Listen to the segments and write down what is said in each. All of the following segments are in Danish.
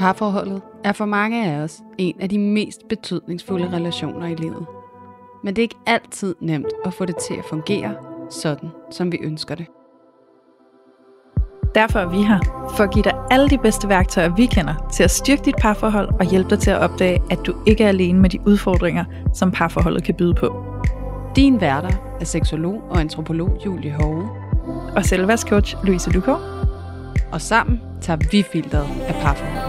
Parforholdet er for mange af os en af de mest betydningsfulde relationer i livet. Men det er ikke altid nemt at få det til at fungere sådan, som vi ønsker det. Derfor er vi her, for at give dig alle de bedste værktøjer, vi kender, til at styrke dit parforhold og hjælpe dig til at opdage, at du ikke er alene med de udfordringer, som parforholdet kan byde på. Din værter er seksolog og antropolog Julie Hove Og selvværdscoach Louise Lukov. Og sammen tager vi filteret af parforholdet.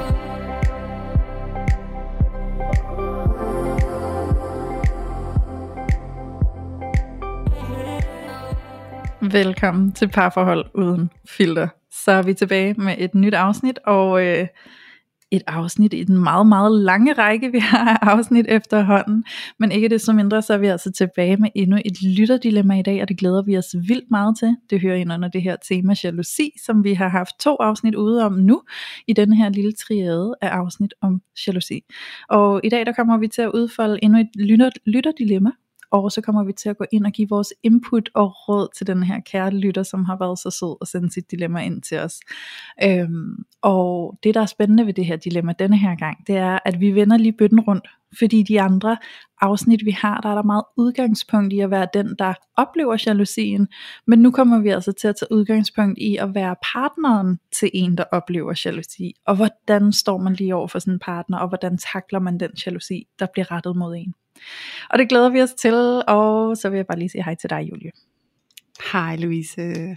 Velkommen til Parforhold uden filter. Så er vi tilbage med et nyt afsnit, og et afsnit i den meget, meget lange række, vi har af afsnit efterhånden. Men ikke desto mindre, så er vi altså tilbage med endnu et lytterdilemma i dag, og det glæder vi os vildt meget til. Det hører ind under det her tema jalousi, som vi har haft 2 afsnit ude om nu, i den her lille triade af afsnit om jalousi. Og i dag, der kommer vi til at udfolde endnu et lytterdilemma. Og så kommer vi til at gå ind og give vores input og råd til den her kære lytter, som har været så sød og sendt sit dilemma ind til os. Og det, der er spændende ved det her dilemma denne her gang, det er, at vi vender lige bøtten rundt. Fordi de andre afsnit, vi har, der er der meget udgangspunkt i at være den, der oplever jalousien. Men nu kommer vi altså til at tage udgangspunkt i at være partneren til en, der oplever jalousi. Og hvordan står man lige over for sådan en partner, og hvordan takler man den jalousi, der bliver rettet mod en. Og det glæder vi os til, og så vil jeg bare lige sige hej til dig, Julie. Hej Louise.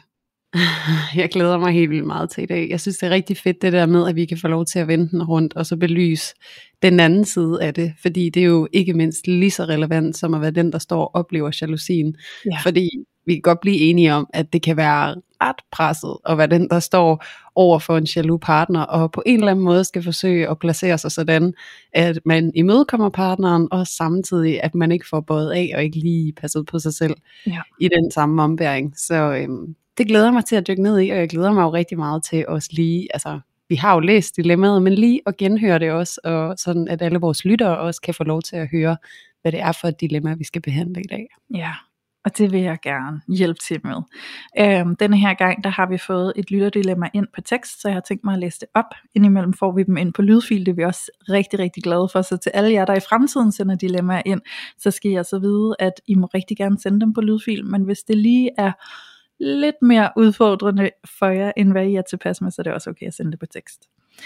Jeg glæder mig helt vildt meget til i dag. Jeg synes det er rigtig fedt det der med, at vi kan få lov til at vende den rundt, og så belyse den anden side af det. Fordi det er jo ikke mindst lige så relevant, som at være den, der står og oplever jalousien. Ja. Fordi vi kan godt blive enige om, at det kan være ret presset at være den, der står over for en jaloux partner, og på en eller anden måde skal forsøge at placere sig sådan, at man imødekommer partneren, og samtidig, at man ikke får bøjet af, og ikke lige passet på sig selv i den samme ombæring. Så det glæder mig til at dykke ned i, og jeg glæder mig jo rigtig meget til os lige, altså vi har jo læst dilemmaet, men lige at genhøre det også, og sådan at alle vores lyttere også kan få lov til at høre, hvad det er for et dilemma, vi skal behandle i dag. Ja. Og det vil jeg gerne hjælpe til med. Denne her gang, der har vi fået et lytterdilemma ind på tekst, så jeg har tænkt mig at læse det op. Indimellem får vi dem ind på lydfil, det er vi også rigtig, rigtig glade for. Så til alle jer, der i fremtiden sender dilemmaer ind, så skal jeg så vide, at I må rigtig gerne sende dem på lydfil. Men hvis det lige er lidt mere udfordrende for jer, end hvad I er tilpas med, så er det også okay at sende det på tekst.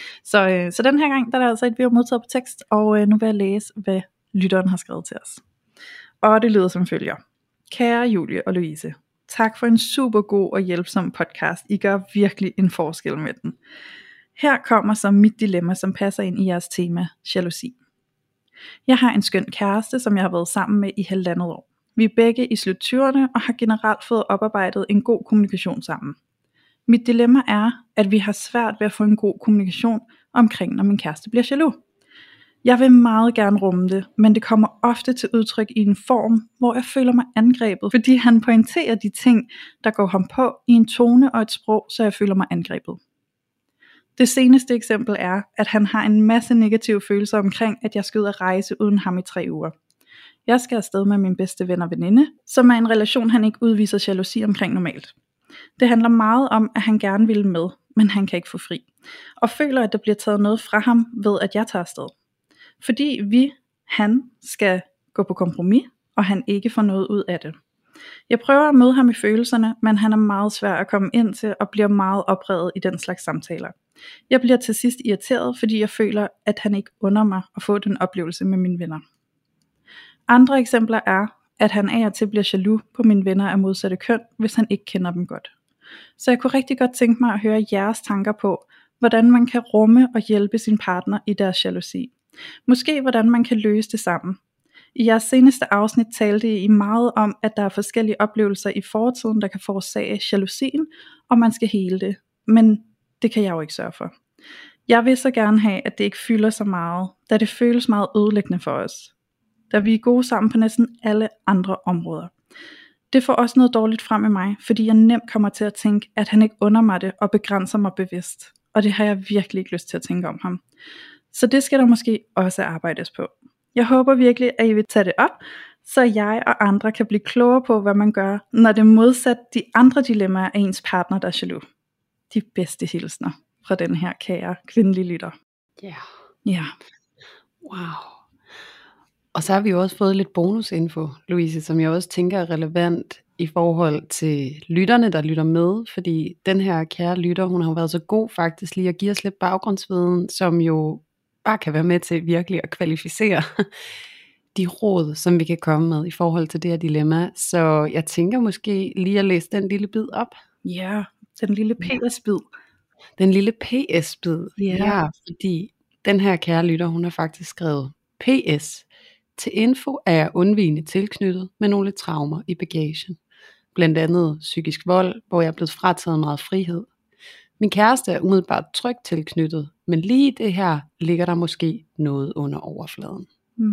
Så den her gang, der er der altså et, vi har modtaget på tekst, og nu vil jeg læse, hvad lytteren har skrevet til os. Og det lyder som følger. Kære Julie og Louise, tak for en super god og hjælpsom podcast. I gør virkelig en forskel med den. Her kommer så mit dilemma, som passer ind i jeres tema, jalousi. Jeg har en skøn kæreste, som jeg har været sammen med i 1,5 år. Vi er begge i slut 20'erne og har generelt fået oparbejdet en god kommunikation sammen. Mit dilemma er, at vi har svært ved at få en god kommunikation omkring, når min kæreste bliver jaloux. Jeg vil meget gerne rumme det, men det kommer ofte til udtryk i en form, hvor jeg føler mig angrebet, fordi han pointerer de ting, der går ham på i en tone og et sprog, så jeg føler mig angrebet. Det seneste eksempel er, at han har en masse negative følelser omkring, at jeg skal ud at rejse uden ham i 3 uger. Jeg skal afsted med min bedste ven og veninde, som er en relation, han ikke udviser jalousi omkring normalt. Det handler meget om, at han gerne vil med, men han kan ikke få fri, og føler, at der bliver taget noget fra ham ved, at jeg tager afsted. Fordi han skal gå på kompromis, og han ikke får noget ud af det. Jeg prøver at møde ham i følelserne, men han er meget svær at komme ind til, og bliver meget oprevet i den slags samtaler. Jeg bliver til sidst irriteret, fordi jeg føler, at han ikke under mig at få den oplevelse med mine venner. Andre eksempler er, at han af og til bliver jaloux på mine venner af modsatte køn, hvis han ikke kender dem godt. Så jeg kunne rigtig godt tænke mig at høre jeres tanker på, hvordan man kan rumme og hjælpe sin partner i deres jalousi. Måske hvordan man kan løse det sammen. I jeres seneste afsnit talte I meget om, at der er forskellige oplevelser i fortiden, der kan forårsage jalousien, og man skal hele det. Men det kan jeg jo ikke sørge for. Jeg vil så gerne have, at det ikke fylder så meget, da det føles meget ødelæggende for os. Da vi er gode sammen på næsten alle andre områder. Det får også noget dårligt frem i mig, fordi jeg nemt kommer til at tænke, at han ikke under mig det og begrænser mig bevidst. Og det har jeg virkelig ikke lyst til at tænke om ham. Så det skal der måske også arbejdes på. Jeg håber virkelig, at I vil tage det op, så jeg og andre kan blive klogere på, hvad man gør, når det modsat de andre dilemmaer af ens partner, der er jaloux. De bedste hilsner fra den her kære kvindelige lytter. Ja. Ja. Wow. Og så har vi jo også fået lidt bonusinfo, Louise, som jeg også tænker er relevant i forhold til lytterne, der lytter med, fordi den her kære lytter, hun har jo været så god faktisk lige at give os lidt baggrundsviden, som jo bare kan være med til virkelig at kvalificere de råd, som vi kan komme med i forhold til det her dilemma. Så jeg tænker måske lige at læse den lille bid op. Ja, den lille PS-bid. Den lille PS-bid, Ja. fordi den her kære lytter, hun har faktisk skrevet PS. Til info er jeg undvigende tilknyttet med nogle traumer i bagagen. Blandt andet psykisk vold, hvor jeg er blevet frataget meget frihed. Min kæreste er umiddelbart trygt tilknyttet, men lige i det her ligger der måske noget under overfladen.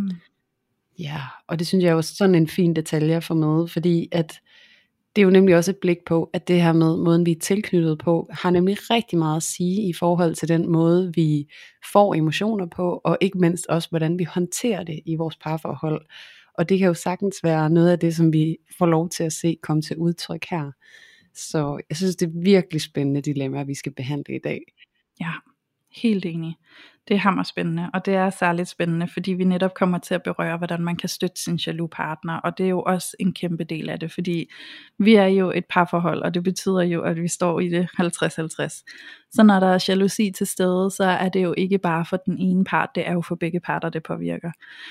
Ja, og det synes jeg er også sådan en fin detalje at få med, fordi at det er jo nemlig også et blik på, at det her med måden vi er tilknyttet på, har nemlig rigtig meget at sige i forhold til den måde vi får emotioner på, og ikke mindst også hvordan vi håndterer det i vores parforhold. Og det kan jo sagtens være noget af det, som vi får lov til at se komme til udtryk her. Så jeg synes, det er virkelig spændende dilemma, vi skal behandle i dag. Ja, helt enig. Det er hammerspændende, og det er særligt spændende, fordi vi netop kommer til at berøre, hvordan man kan støtte sin jaloux partner, og det er jo også en kæmpe del af det, fordi vi er jo et parforhold, og det betyder jo, at vi står i det 50-50. Så når der er jalousi til stede, så er det jo ikke bare for den ene part, det er jo for begge parter, det påvirker.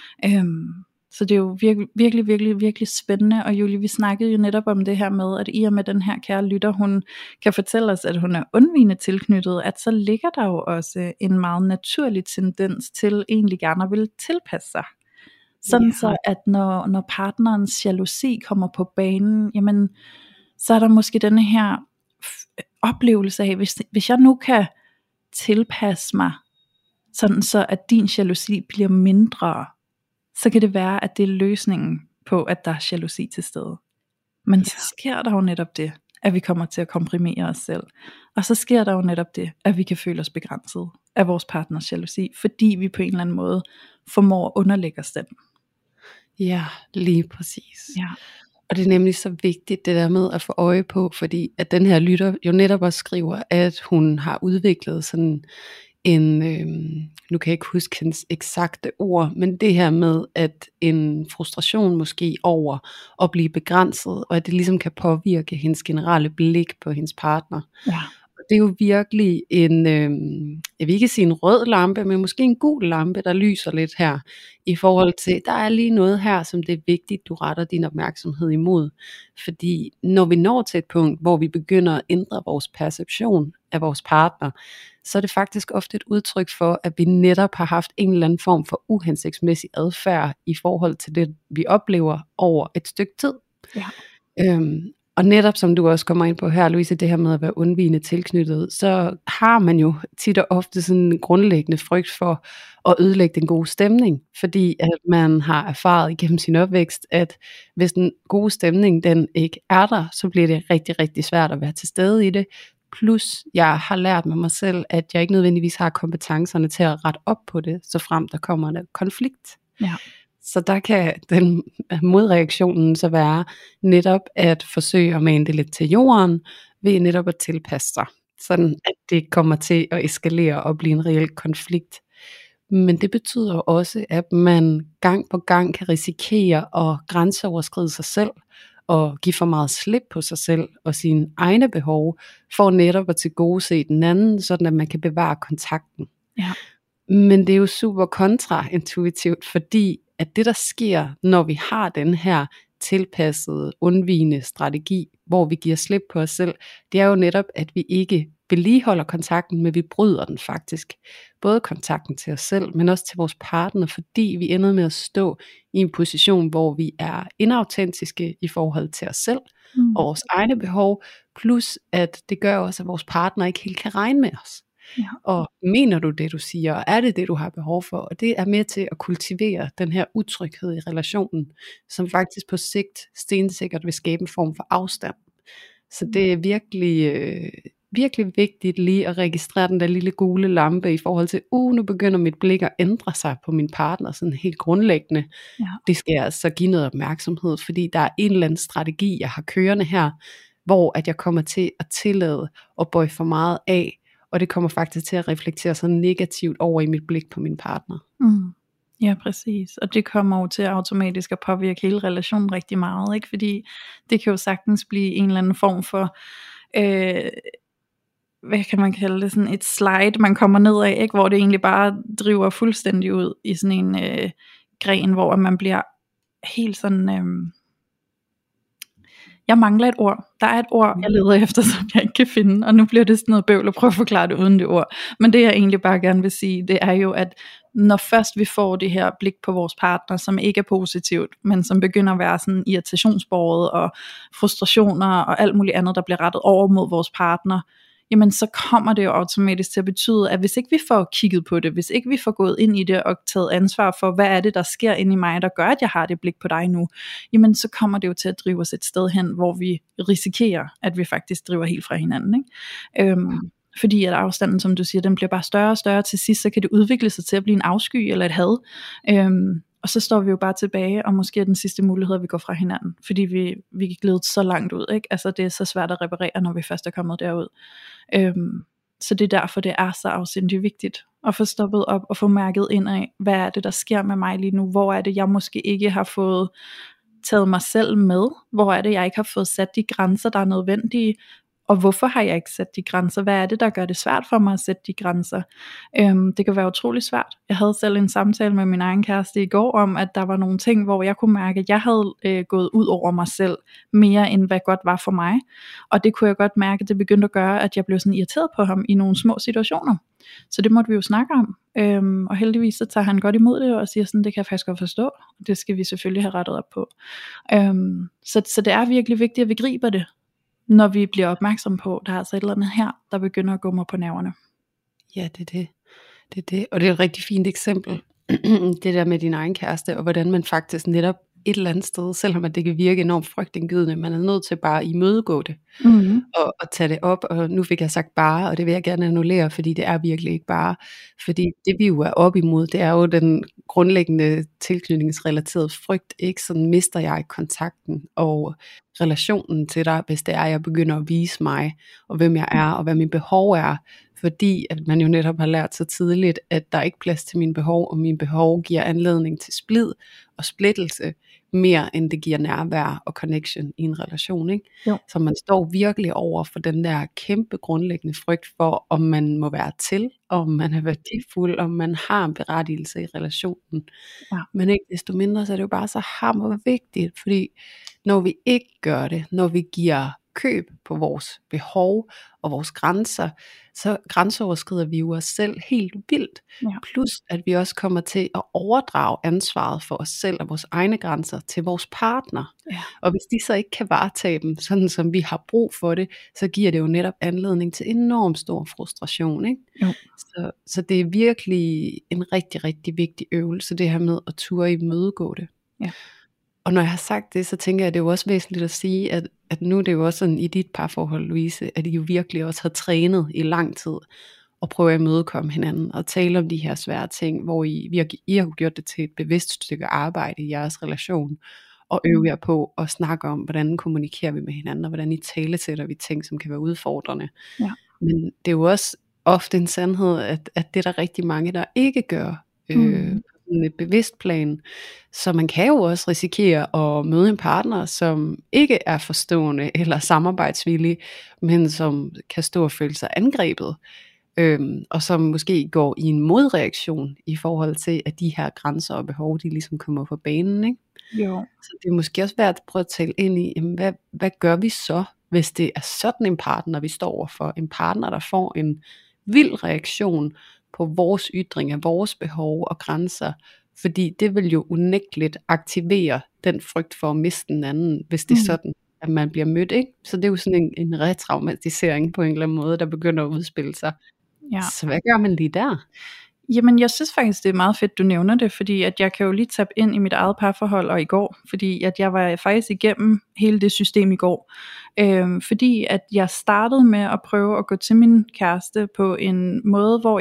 Så det er jo virkelig spændende, og Julie, vi snakkede jo netop om det her med, at i og med den her kære lytter, hun kan fortælle os, at hun er undvigende tilknyttet, at så ligger der jo også en meget naturlig tendens til egentlig gerne at ville tilpasse sig. Sådan så, at når partnerens jalousi kommer på banen, jamen, så er der måske denne her oplevelse af, hvis jeg nu kan tilpasse mig, sådan så at din jalousi bliver mindre, så kan det være, at det er løsningen på, at der er jalousi til stede. Men så sker der jo netop det, at vi kommer til at komprimere os selv. Og så sker der jo netop det, at vi kan føle os begrænset af vores partners jalousi, fordi vi på en eller anden måde formår at underlægge os den. Ja, lige præcis. Ja. Og det er nemlig så vigtigt det der med at få øje på, fordi at den her lytter jo netop også skriver, at hun har udviklet sådan en, nu kan jeg ikke huske hendes eksakte ord, men det her med, at en frustration måske over at blive begrænset, og at det ligesom kan påvirke hendes generelle blik på hendes partner. Ja. Det er jo virkelig en, jeg vil ikke sige en rød lampe, men måske en gul lampe, der lyser lidt her, i forhold til, der er lige noget her, som det er vigtigt, du retter din opmærksomhed imod. Fordi når vi når til et punkt, hvor vi begynder at ændre vores perception af vores partner, så er det faktisk ofte et udtryk for, at vi netop har haft en eller anden form for uhensigtsmæssig adfærd, i forhold til det, vi oplever over et stykke tid. Ja. Og netop som du også kommer ind på her, Louise, det her med at være undvigende tilknyttet, så har man jo tit og ofte sådan en grundlæggende frygt for at ødelægge den gode stemning, fordi at man har erfaret igennem sin opvækst, at hvis den gode stemning den ikke er der, så bliver det rigtig, rigtig svært at være til stede i det. Plus jeg har lært med mig selv, at jeg ikke nødvendigvis har kompetencerne til at rette op på det, så frem der kommer en konflikt. Ja. Så der kan den modreaktionen så være netop at forsøge at mane det lidt til jorden, ved netop at tilpasse sig, sådan at det kommer til at eskalere og blive en reel konflikt. Men det betyder også, at man gang på gang kan risikere at grænseoverskride sig selv, og give for meget slip på sig selv og sine egne behov, for netop at tilgodese den anden, sådan at man kan bevare kontakten. Ja. Men det er jo super kontraintuitivt, fordi at det der sker, når vi har den her tilpassede, undvigende strategi, hvor vi giver slip på os selv, det er jo netop, at vi ikke vedligeholder kontakten, men vi bryder den faktisk. Både kontakten til os selv, men også til vores partner, fordi vi ender med at stå i en position, hvor vi er inautentiske i forhold til os selv og vores egne behov, plus at det gør også, at vores partner ikke helt kan regne med os. Ja. Og mener du det du siger, og er det det du har behov for, og det er med til at kultivere den her utryghed i relationen, som faktisk på sigt stensikkert vil skabe en form for afstand. Så det er virkelig vigtigt lige at registrere den der lille gule lampe i forhold til, nu begynder mit blik at ændre sig på min partner, sådan helt grundlæggende. Ja. Det skal jeg altså give noget opmærksomhed, fordi der er en eller anden strategi, jeg har kørende her, hvor at jeg kommer til at tillade at bøje for meget af, og det kommer faktisk til at reflektere sig negativt over i mit blik på min partner. Ja, præcis. Og det kommer jo til automatisk at påvirke hele relationen rigtig meget, ikke? Fordi det kan jo sagtens blive en eller anden form for, hvad kan man kalde det, sådan et slide, man kommer ned af, ikke? Hvor det egentlig bare driver fuldstændig ud i sådan en gren, hvor man bliver helt sådan, jeg mangler et ord. Der er et ord, jeg leder efter, som jeg ikke kan finde, og nu bliver det sådan noget bøvl at prøve at forklare det uden det ord. Men det jeg egentlig bare gerne vil sige, det er jo, at når først vi får det her blik på vores partner, som ikke er positivt, men som begynder at være sådan irritationsbåret og frustrationer og alt muligt andet, der bliver rettet over mod vores partner, jamen så kommer det jo automatisk til at betyde, at hvis ikke vi får kigget på det, hvis ikke vi får gået ind i det og taget ansvar for, hvad er det, der sker inde i mig, der gør, at jeg har det blik på dig nu, jamen så kommer det jo til at drive os et sted hen, hvor vi risikerer, at vi faktisk driver helt fra hinanden, ikke? Fordi at afstanden, som du siger, den bliver bare større og større, til sidst så kan det udvikle sig til at blive en afsky eller et had, og så står vi jo bare tilbage, og måske er den sidste mulighed, at vi går fra hinanden, fordi vi er glædet så langt ud, ikke? Altså det er så svært at reparere, når vi først er kommet derud. Så det er derfor, det er så afsindigt vigtigt at få stoppet op og få mærket ind af, hvad er det, der sker med mig lige nu? Hvor er det, jeg måske ikke har fået taget mig selv med? Hvor er det, jeg ikke har fået sat de grænser, der er nødvendige? Og hvorfor har jeg ikke sat de grænser? Hvad er det, der gør det svært for mig at sætte de grænser? Det kan være utrolig svært. Jeg havde selv en samtale med min egen kæreste i går om, at der var nogle ting, hvor jeg kunne mærke, at jeg havde gået ud over mig selv, mere end hvad godt var for mig. Og det kunne jeg godt mærke, at det begyndte at gøre, at jeg blev sådan irriteret på ham i nogle små situationer. Så det måtte vi jo snakke om. Og heldigvis så tager han godt imod det, og siger sådan, det kan jeg faktisk godt forstå. Det skal vi selvfølgelig have rettet op på. Så det er virkelig vigtigt, at vi griber det, når vi bliver opmærksom på, der er altså et eller andet her, der begynder at gå mig på nerverne. Ja, det er det. Og det er et rigtig fint eksempel, det der med din egen kæreste, og hvordan man faktisk netop et eller andet sted, selvom at det kan virke enormt frygtindgydende, man er nødt til bare at imødegå det, og tage det op, og nu fik jeg sagt bare, og det vil jeg gerne annullere, fordi det er virkelig ikke bare, fordi det vi jo er op imod, det er jo den grundlæggende tilknytningsrelaterede frygt, ikke? Sådan mister jeg kontakten og relationen til dig, hvis det er, jeg begynder at vise mig, og hvem jeg er, og hvad mine behov er, fordi at man jo netop har lært så tidligt, at der er ikke plads til mine behov, og mine behov giver anledning til splid og splittelse, mere end det giver nærvær og connection i en relation, ikke? Jo. Så man står virkelig over for den der kæmpe grundlæggende frygt for, om man må være til, om man er værdifuld, om man har en berettigelse i relationen. Ja. Men ikke desto mindre, så er det jo bare så hammervigtigt, fordi når vi ikke gør det, når vi giver køb på vores behov og vores grænser, så grænseoverskrider vi jo os selv helt vildt. Ja. Plus at vi også kommer til at overdrage ansvaret for os selv og vores egne grænser til vores partner. Ja. Og hvis de så ikke kan varetage dem, sådan som vi har brug for det, så giver det jo netop anledning til enormt stor frustration, ikke? Jo. Så det er virkelig en rigtig, rigtig vigtig øvelse, det her med at turde imødegå det. Ja. Og når jeg har sagt det, så tænker jeg, at det er jo også væsentligt at sige, at nu er det jo også sådan i dit parforhold, Louise, at I jo virkelig også har trænet i lang tid og prøve at imødekomme hinanden og tale om de her svære ting, hvor I har gjort det til et bevidst stykke arbejde i jeres relation, og øve jer på at snakke om, hvordan kommunikerer vi med hinanden, og hvordan I talesætter vi ting, som kan være udfordrende. Ja. Men det er jo også ofte en sandhed, at det er der rigtig mange, der ikke gør på et bevidst plan. Så man kan jo også risikere at møde en partner, som ikke er forstående eller samarbejdsvillig, men som kan stå og føle sig angrebet, og som måske går i en modreaktion i forhold til, at de her grænser og behov, de ligesom kommer på banen, ikke? Jo. Så det er måske også værd at prøve at tale ind i, jamen, hvad gør vi så, hvis det er sådan en partner, vi står overfor? En partner, der får en vild reaktion på vores ytringer, vores behov og grænser, fordi det vil jo unægteligt aktivere den frygt for at miste den anden, hvis det er sådan, at man bliver mødt, ikke? Så det er jo sådan en retraumatisering på en eller anden måde, der begynder at udspille sig. Ja. Så hvad gør man lige der? Jamen jeg synes faktisk det er meget fedt du nævner det, fordi at jeg kan jo lige tabe ind i mit eget parforhold og i går, fordi at jeg var faktisk igennem hele det system i går, fordi at jeg startede med at prøve at gå til min kæreste på en måde, hvor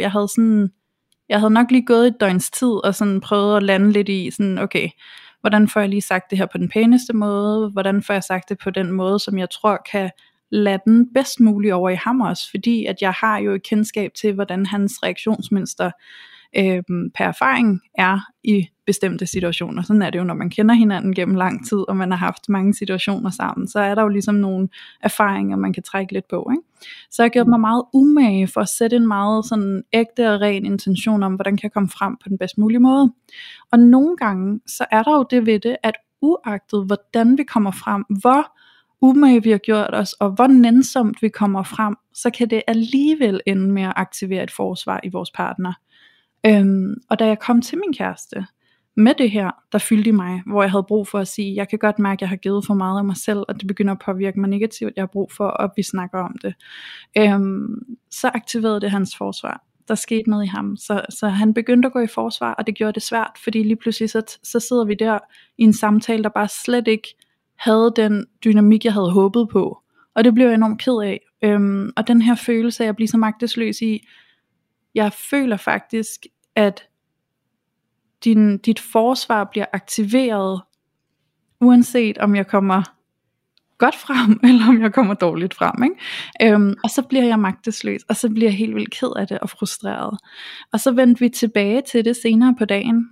jeg havde nok lige gået et døgns tid og sådan prøvet at lande lidt i sådan, okay, hvordan får jeg lige sagt det her på den pæneste måde, hvordan får jeg sagt det på den måde, som jeg tror kan lade den bedst muligt over i ham også, fordi at jeg har jo et kendskab til, hvordan hans reaktionsmønster per erfaring er i bestemte situationer. Sådan er det jo, når man kender hinanden gennem lang tid, og man har haft mange situationer sammen, så er der jo ligesom nogle erfaringer, man kan trække lidt på, ikke? Så jeg har gjort mig meget umage for at sætte en meget sådan ægte og ren intention om, hvordan kan jeg komme frem på den bedst mulige måde. Og nogle gange, så er der jo det ved det, at uagtet hvordan vi kommer frem, hvor umage vi har gjort os, og hvor nænsomt vi kommer frem, så kan det alligevel ende med at aktivere et forsvar i vores partner. Og da jeg kom til min kæreste med det her, der fyldte i mig, hvor jeg havde brug for at sige, jeg kan godt mærke, at jeg har givet for meget af mig selv, og det begynder at påvirke mig negativt, jeg har brug for, at vi snakker om det, så aktiverede det hans forsvar. Der skete noget i ham, så han begyndte at gå i forsvar, og det gjorde det svært, fordi lige pludselig så sidder vi der i en samtale, der bare slet ikke havde den dynamik, jeg havde håbet på, og det blev jeg enormt ked af, og den her følelse af at blive så magtesløs i, jeg føler faktisk, at dit forsvar bliver aktiveret, uanset om jeg kommer godt frem, eller om jeg kommer dårligt frem, ikke? Og så bliver jeg magtesløs, og så bliver jeg helt vildt ked af det, og frustreret. Og så vendte vi tilbage til det senere på dagen,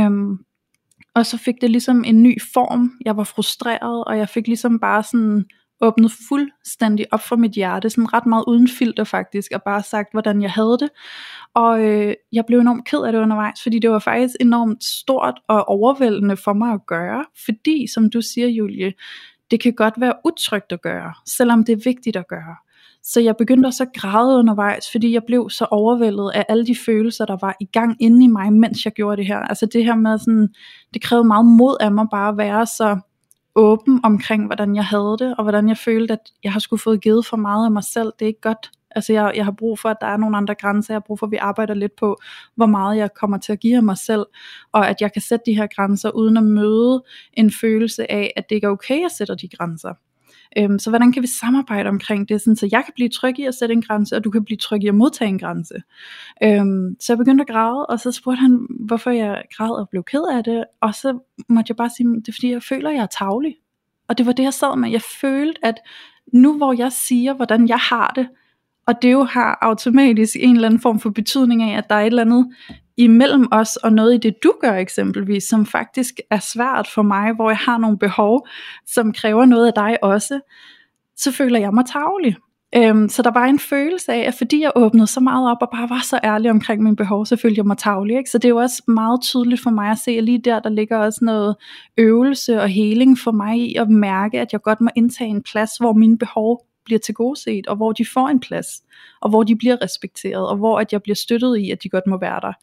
og så fik det ligesom en ny form. Jeg var frustreret, og jeg fik ligesom bare sådan åbnet fuldstændig op for mit hjerte, sådan ret meget uden filter faktisk, og bare sagt, hvordan jeg havde det. Og jeg blev enormt ked af det undervejs, fordi det var faktisk enormt stort og overvældende for mig at gøre, fordi, som du siger, Julie, det kan godt være utrygt at gøre, selvom det er vigtigt at gøre. Så jeg begyndte også at græde undervejs, fordi jeg blev så overvældet af alle de følelser, der var i gang inde i mig, mens jeg gjorde det her. Altså det her med sådan, det krævede meget mod af mig bare at være så åben omkring, hvordan jeg havde det, og hvordan jeg følte, at jeg har skulle fået givet for meget af mig selv. Det er ikke godt. Altså jeg har brug for, at der er nogle andre grænser. Jeg har brug for, at vi arbejder lidt på, hvor meget jeg kommer til at give af mig selv, og at jeg kan sætte de her grænser, uden at møde en følelse af, at det ikke er okay, at jeg sætter de grænser. Så hvordan kan vi samarbejde omkring det, sådan, så jeg kan blive tryg i at sætte en grænse, og du kan blive tryg i at modtage en grænse. Så jeg begyndte at græde, og så spurgte han, hvorfor jeg græd og blev ked af det, og så måtte jeg bare sige, det er fordi jeg føler, at jeg er tarvelig. Og det var det, jeg sad med. Jeg følte, at nu hvor jeg siger, hvordan jeg har det, og det jo har automatisk en eller anden form for betydning af, at der er et eller andet imellem os, og noget i det du gør eksempelvis, som faktisk er svært for mig, hvor jeg har nogle behov, som kræver noget af dig også, så føler jeg mig tarvelig. Så der var en følelse af, at fordi jeg åbnede så meget op, og bare var så ærlig omkring mine behov, så følte jeg mig tarvelig, ikke? Så det er jo også meget tydeligt for mig at se, at lige der ligger også noget øvelse og heling for mig i at mærke, at jeg godt må indtage en plads, hvor mine behov bliver tilgodeset, og hvor de får en plads, og hvor de bliver respekteret, og hvor at jeg bliver støttet i, at de godt må være der.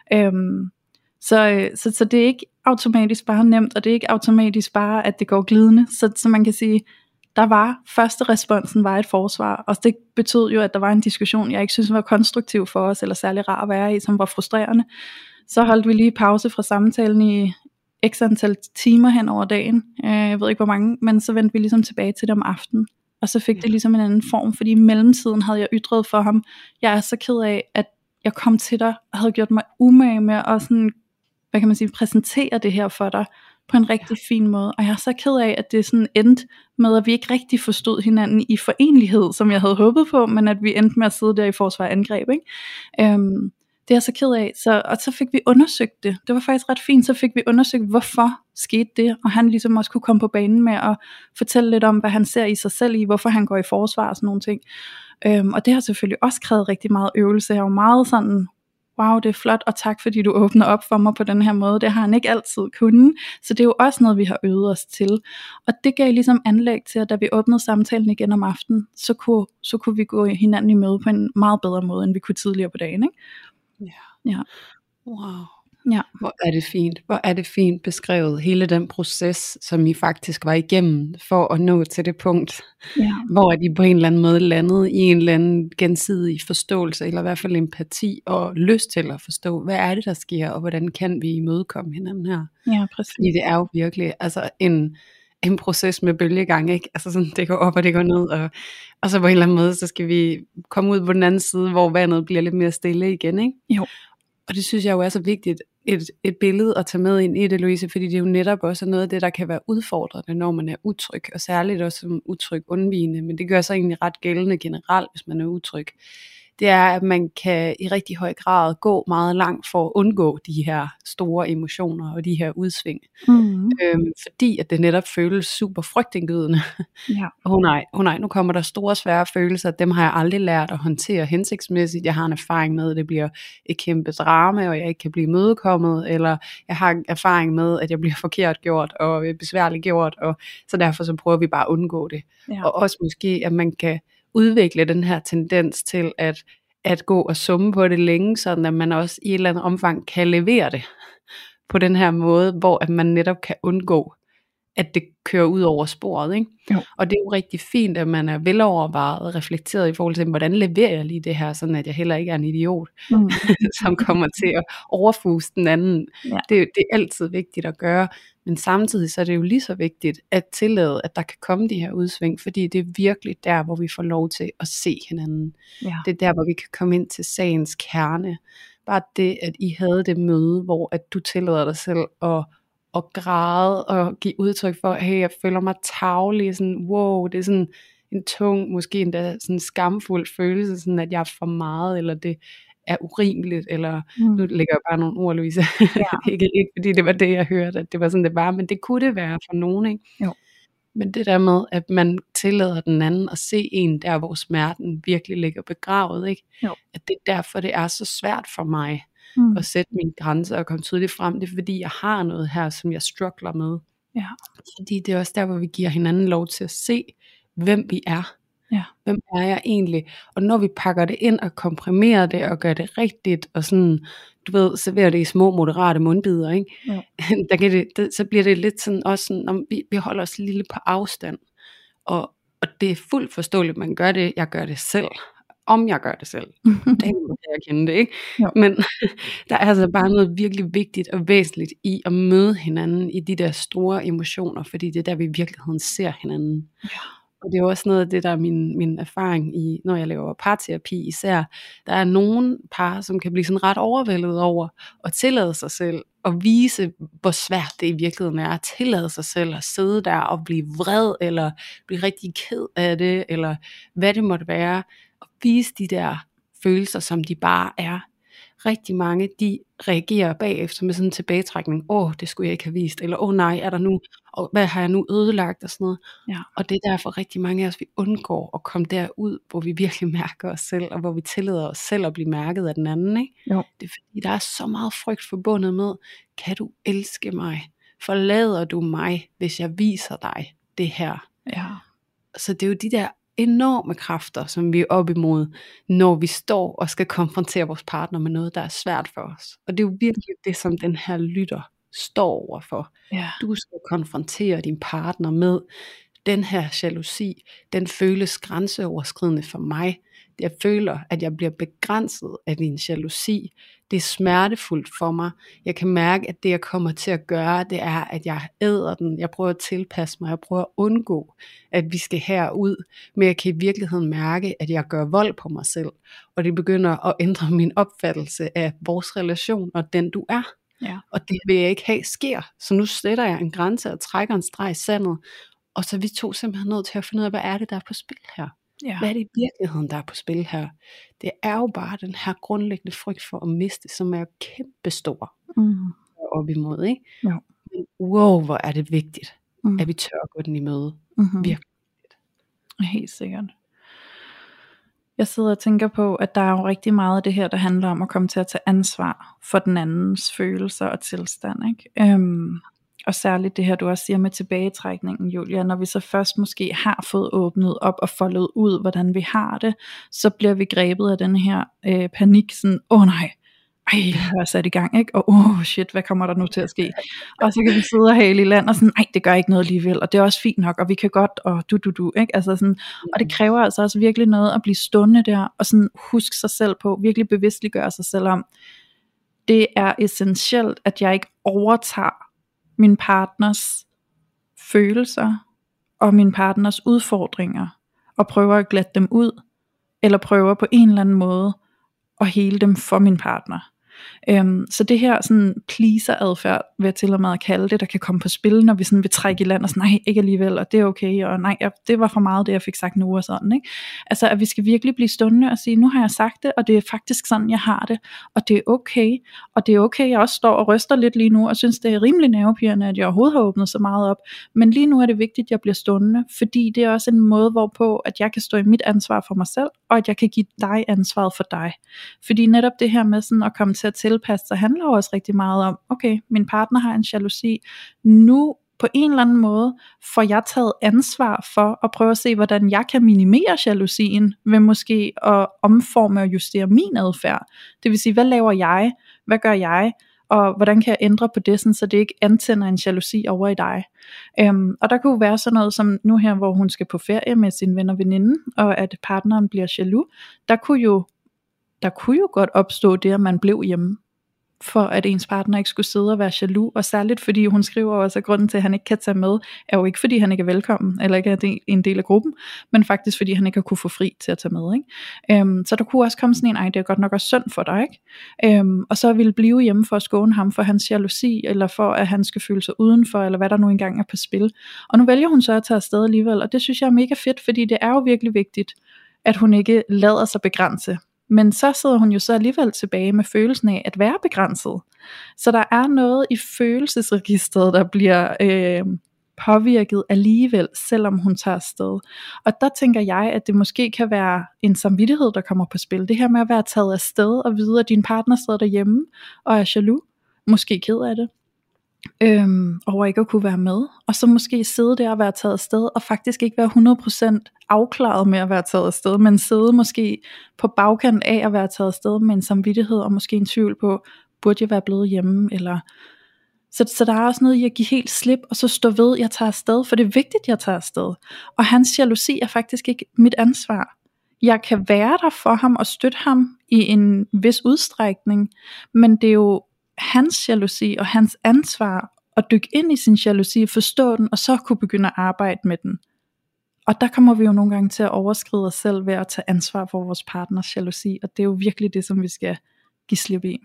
Så det er ikke automatisk bare nemt, og det er ikke automatisk bare, at det går glidende. Så man kan sige, der var første responsen var et forsvar, og det betød jo, at der var en diskussion, jeg ikke synes var konstruktiv for os, eller særlig rar at være i, som var frustrerende. Så holdt vi lige pause fra samtalen i x antal timer hen over dagen, jeg ved ikke hvor mange, men så vendte vi ligesom tilbage til det om aftenen. Og så fik det ligesom en anden form, fordi i mellemtiden havde jeg ytret for ham, jeg er så ked af, at jeg kom til dig, og havde gjort mig umage med at sådan, hvad kan man sige, præsentere det her for dig, på en rigtig fin måde, og jeg er så ked af, at det sådan endte med, at vi ikke rigtig forstod hinanden i forenlighed, som jeg havde håbet på, men at vi endte med at sidde der i forsvar og angreb, ikke? Det er jeg så ked af, og så fik vi undersøgt det. Det var faktisk ret fint, så fik vi undersøgt, hvorfor skete det, og han ligesom også kunne komme på banen med at fortælle lidt om, hvad han ser i sig selv i, hvorfor han går i forsvar og sådan nogle ting. Og det har selvfølgelig også krævet rigtig meget øvelse. Jeg er jo meget sådan, wow, det er flot, og tak fordi du åbner op for mig på den her måde. Det har han ikke altid kunnet, så det er jo også noget, vi har øvet os til. Og det gav ligesom anlæg til, at da vi åbnede samtalen igen om aftenen, så kunne vi gå hinanden i møde på en meget bedre måde, end vi kunne tidligere på dagen, ikke? Ja. Wow. Ja. Hvor er det fint beskrevet, hele den proces, som I faktisk var igennem, for at nå til det punkt, hvor de på en eller anden måde landede i en eller anden gensidig forståelse, eller i hvert fald empati, og lyst til at forstå, hvad er det, der sker, og hvordan kan vi imødekomme hinanden her. Ja, præcis. Fordi det er jo virkelig altså en proces med bølgegang, ikke? Altså sådan, det går op, og det går ned, og så på en eller anden måde, så skal vi komme ud på den anden side, hvor vandet bliver lidt mere stille igen, ikke? Jo. Og det synes jeg jo er så vigtigt, et billede at tage med ind i det, Louise, fordi det er jo netop også noget af det, der kan være udfordrende, når man er utryg, og særligt også som utryg undvigende, men det gør sig egentlig ret gældende generelt, hvis man er utryg. Det er, at man kan i rigtig høj grad gå meget langt for at undgå de her store emotioner og de her udsving. Fordi at det netop føles super frygtindgydende. Ja. Nej, nu kommer der store svære følelser, dem har jeg aldrig lært at håndtere hensigtsmæssigt. Jeg har en erfaring med, at det bliver et kæmpe drama, og jeg ikke kan blive imødekommet, eller jeg har en erfaring med, at jeg bliver forkert gjort og besværligt gjort, og så derfor så prøver vi bare at undgå det. Ja. Og også måske, at man kan udvikle den her tendens til at gå og summe på det længe, sådan at man også i et eller andet omfang kan levere det på den her måde, hvor at man netop kan undgå, at det kører ud over sporet, ikke? Jo. Og det er jo rigtig fint, at man er velovervejet og reflekteret i forhold til, hvordan leverer jeg lige det her, sådan at jeg heller ikke er en idiot, som kommer til at overfuse den anden. Ja. Det er altid vigtigt at gøre, men samtidig så er det jo lige så vigtigt at tillade, at der kan komme de her udsving, fordi det er virkelig der, hvor vi får lov til at se hinanden. Ja. Det er der, hvor vi kan komme ind til sagens kerne. Bare det, at I havde det møde, hvor at du tillader dig selv at græde og give udtryk for, hey, jeg føler mig tarvelig, sådan, wow, det er sådan en tung, måske endda sådan skamfuld følelse, sådan at jeg er for meget, eller det er urimeligt, eller nu lægger jeg bare nogle ord, Louise, ikke fordi det var det, jeg hørte, at det var sådan, det var, men det kunne det være for nogen, ikke? Jo. Men det der med, at man tillader den anden at se en der, hvor smerten virkelig ligger begravet, ikke? Jo. At det er derfor, det er så svært for mig at sætte mine grænser og komme tydeligt frem. Det er fordi, jeg har noget her, som jeg struggler med. Ja. Fordi det er også der, hvor vi giver hinanden lov til at se, hvem vi er. Ja. Hvem er jeg egentlig? Og når vi pakker det ind og komprimerer det og gør det rigtigt, og sådan, du ved, serverer det i små, moderate mundbider, ikke? Ja. Så bliver det lidt sådan, også sådan, om vi holder os lille på afstand. Og det er fuldt forståeligt, man gør det. Jeg gør det selv. Om jeg gør det selv. Det kan jeg kende det, ikke? Jo. Men der er altså bare noget virkelig vigtigt og væsentligt i at møde hinanden i de der store emotioner, fordi det er der, vi i virkeligheden ser hinanden. Ja. Og det er også noget af det, der er min erfaring i, når jeg laver parterapi især. Der er nogle par, som kan blive sådan ret overvældet over at tillade sig selv og vise, hvor svært det i virkeligheden er at tillade sig selv at sidde der og blive vred, eller blive rigtig ked af det, eller hvad det måtte være, og vise de der følelser, som de bare er. Rigtig mange, de reagerer bagefter med sådan en tilbagetrækning. Det skulle jeg ikke have vist. Eller nej, er der nu, og hvad har jeg nu ødelagt og sådan noget. Ja. Og det er derfor rigtig mange af os, vi undgår at komme derud, hvor vi virkelig mærker os selv, og hvor vi tillader os selv at blive mærket af den anden. Ikke? Jo. Det er fordi, der er så meget frygt forbundet med, kan du elske mig? Forlader du mig, hvis jeg viser dig det her? Ja. Så det er jo de der enorme kræfter, som vi er op imod, når vi står og skal konfrontere vores partner med noget, der er svært for os. Og det er jo virkelig det, som den her lytter står overfor. Ja. Du skal konfrontere din partner med den her jalousi, den føles grænseoverskridende for mig. Jeg føler, at jeg bliver begrænset af din jalousi. Det er smertefuldt for mig. Jeg kan mærke, at det jeg kommer til at gøre, det er, at jeg æder den. Jeg prøver at tilpasse mig. Jeg prøver at undgå, at vi skal herud. Men jeg kan i virkeligheden mærke, at jeg gør vold på mig selv. Og det begynder at ændre min opfattelse af vores relation og den du er. Ja. Og det vil jeg ikke have sker. Så nu sætter jeg en grænse og trækker en streg i sandet. Og så er vi to simpelthen nødt til at finde ud af, hvad er det, der er på spil her? Ja. Hvad er det i virkeligheden, der er på spil her? Det er jo bare den her grundlæggende frygt for at miste, som er kæmpestor op imod, ikke? Ja. Men wow, hvor er det vigtigt, at vi tør at gå den i møde. Virkelig vigtigt. Helt sikkert. Jeg sidder og tænker på, at der er jo rigtig meget af det her, der handler om at komme til at tage ansvar for den andens følelser og tilstand, ikke? Og særligt det her, du også siger med tilbagetrækningen, Julia, når vi så først måske har fået åbnet op og foldet ud, hvordan vi har det, så bliver vi grebet af den her panik, sådan, nej, jeg er sat i gang, ikke? Og shit, hvad kommer der nu til at ske? Og så kan vi sidde og hale i land, og sådan, det gør ikke noget alligevel, og det er også fint nok, og vi kan godt, og du, ikke? Altså sådan, og det kræver altså også virkelig noget at blive stående der, og sådan huske sig selv på, virkelig bevidstliggøre sig selv om, det er essentielt, at jeg ikke overtager min partners følelser og min partners udfordringer og prøver at glatte dem ud eller prøver på en eller anden måde at hele dem for min partner. Så det her sådan pleaser-adfærd, vil jeg til og med at kalde det, der kan komme på spil, når vi sådan vil trække i land og sådan, nej, ikke alligevel, og det er okay, og nej, det var for meget det, jeg fik sagt nu og sådan, ikke? Altså, at vi skal virkelig blive stående og sige, nu har jeg sagt det, og det er faktisk sådan, jeg har det, og det er okay, jeg også står og ryster lidt lige nu, og synes, det er rimelig nervepirrende, at jeg overhovedet har åbnet så meget op, men lige nu er det vigtigt, at jeg bliver stående, fordi det er også en måde, hvorpå, at jeg kan stå i mit ansvar for mig selv, og at jeg kan give dig ansvaret for dig. Fordi netop det her med sådan at komme til at tilpasse sig, handler jo også rigtig meget om, okay, min partner har en jalousi, nu på en eller anden måde får jeg taget ansvar for at prøve at se, hvordan jeg kan minimere jalousien, ved måske at omforme og justere min adfærd. Det vil sige, hvad laver jeg, hvad gør jeg, og hvordan kan jeg ændre på det, så det ikke antænder en jalousi over i dig. Og der kunne være sådan noget som nu her, hvor hun skal på ferie med sin ven og veninde, og at partneren bliver jaloux, der kunne jo godt opstå det, at man blev hjemme, for at ens partner ikke skulle sidde og være jaloux, og særligt fordi hun skriver også, at grunden til, at han ikke kan tage med, er jo ikke fordi han ikke er velkommen, eller ikke er en del af gruppen, men faktisk fordi han ikke har kunne få fri til at tage med, ikke? Så der kunne også komme sådan en, det er godt nok også synd for dig, ikke? Og så ville blive hjemme for at skåne ham for hans jalousi, eller for at han skal føle sig udenfor, eller hvad der nu engang er på spil. Og nu vælger hun så at tage afsted alligevel, og det synes jeg er mega fedt, fordi det er jo virkelig vigtigt, at hun ikke lader sig begrænse. Men så sidder hun jo så alligevel tilbage med følelsen af at være begrænset. Så der er noget i følelsesregistret, der bliver påvirket alligevel, selvom hun tager afsted. Og der tænker jeg, at det måske kan være en samvittighed, der kommer på spil. Det her med at være taget afsted og vide, at din partner sidder derhjemme og er jaloux, måske ked af det, over ikke at kunne være med, og så måske sidde der og være taget afsted, og faktisk ikke være 100% afklaret med at være taget afsted, men sidde måske på bagkant af at være taget afsted med en samvittighed, og måske en tvivl på, burde jeg være blevet hjemme, eller så der er også noget i at give helt slip, og så stå ved, jeg tager afsted, for det er vigtigt, jeg tager afsted, og hans jalousi er faktisk ikke mit ansvar. Jeg kan være der for ham og støtte ham i en vis udstrækning, men det er jo hans jalousi og hans ansvar at dykke ind i sin jalousi, forstå den, og så kunne begynde at arbejde med den. Og der kommer vi jo nogle gange til at overskride os selv ved at tage ansvar for vores partners jalousi, og det er jo virkelig det, som vi skal give slip i.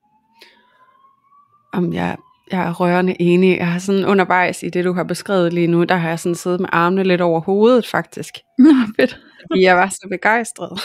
Jeg er rørende enig. Jeg har sådan undervejs i det, du har beskrevet lige nu, der har jeg sådan siddet med armene lidt over hovedet faktisk. Nå, fedt. Fordi jeg var så begejstret.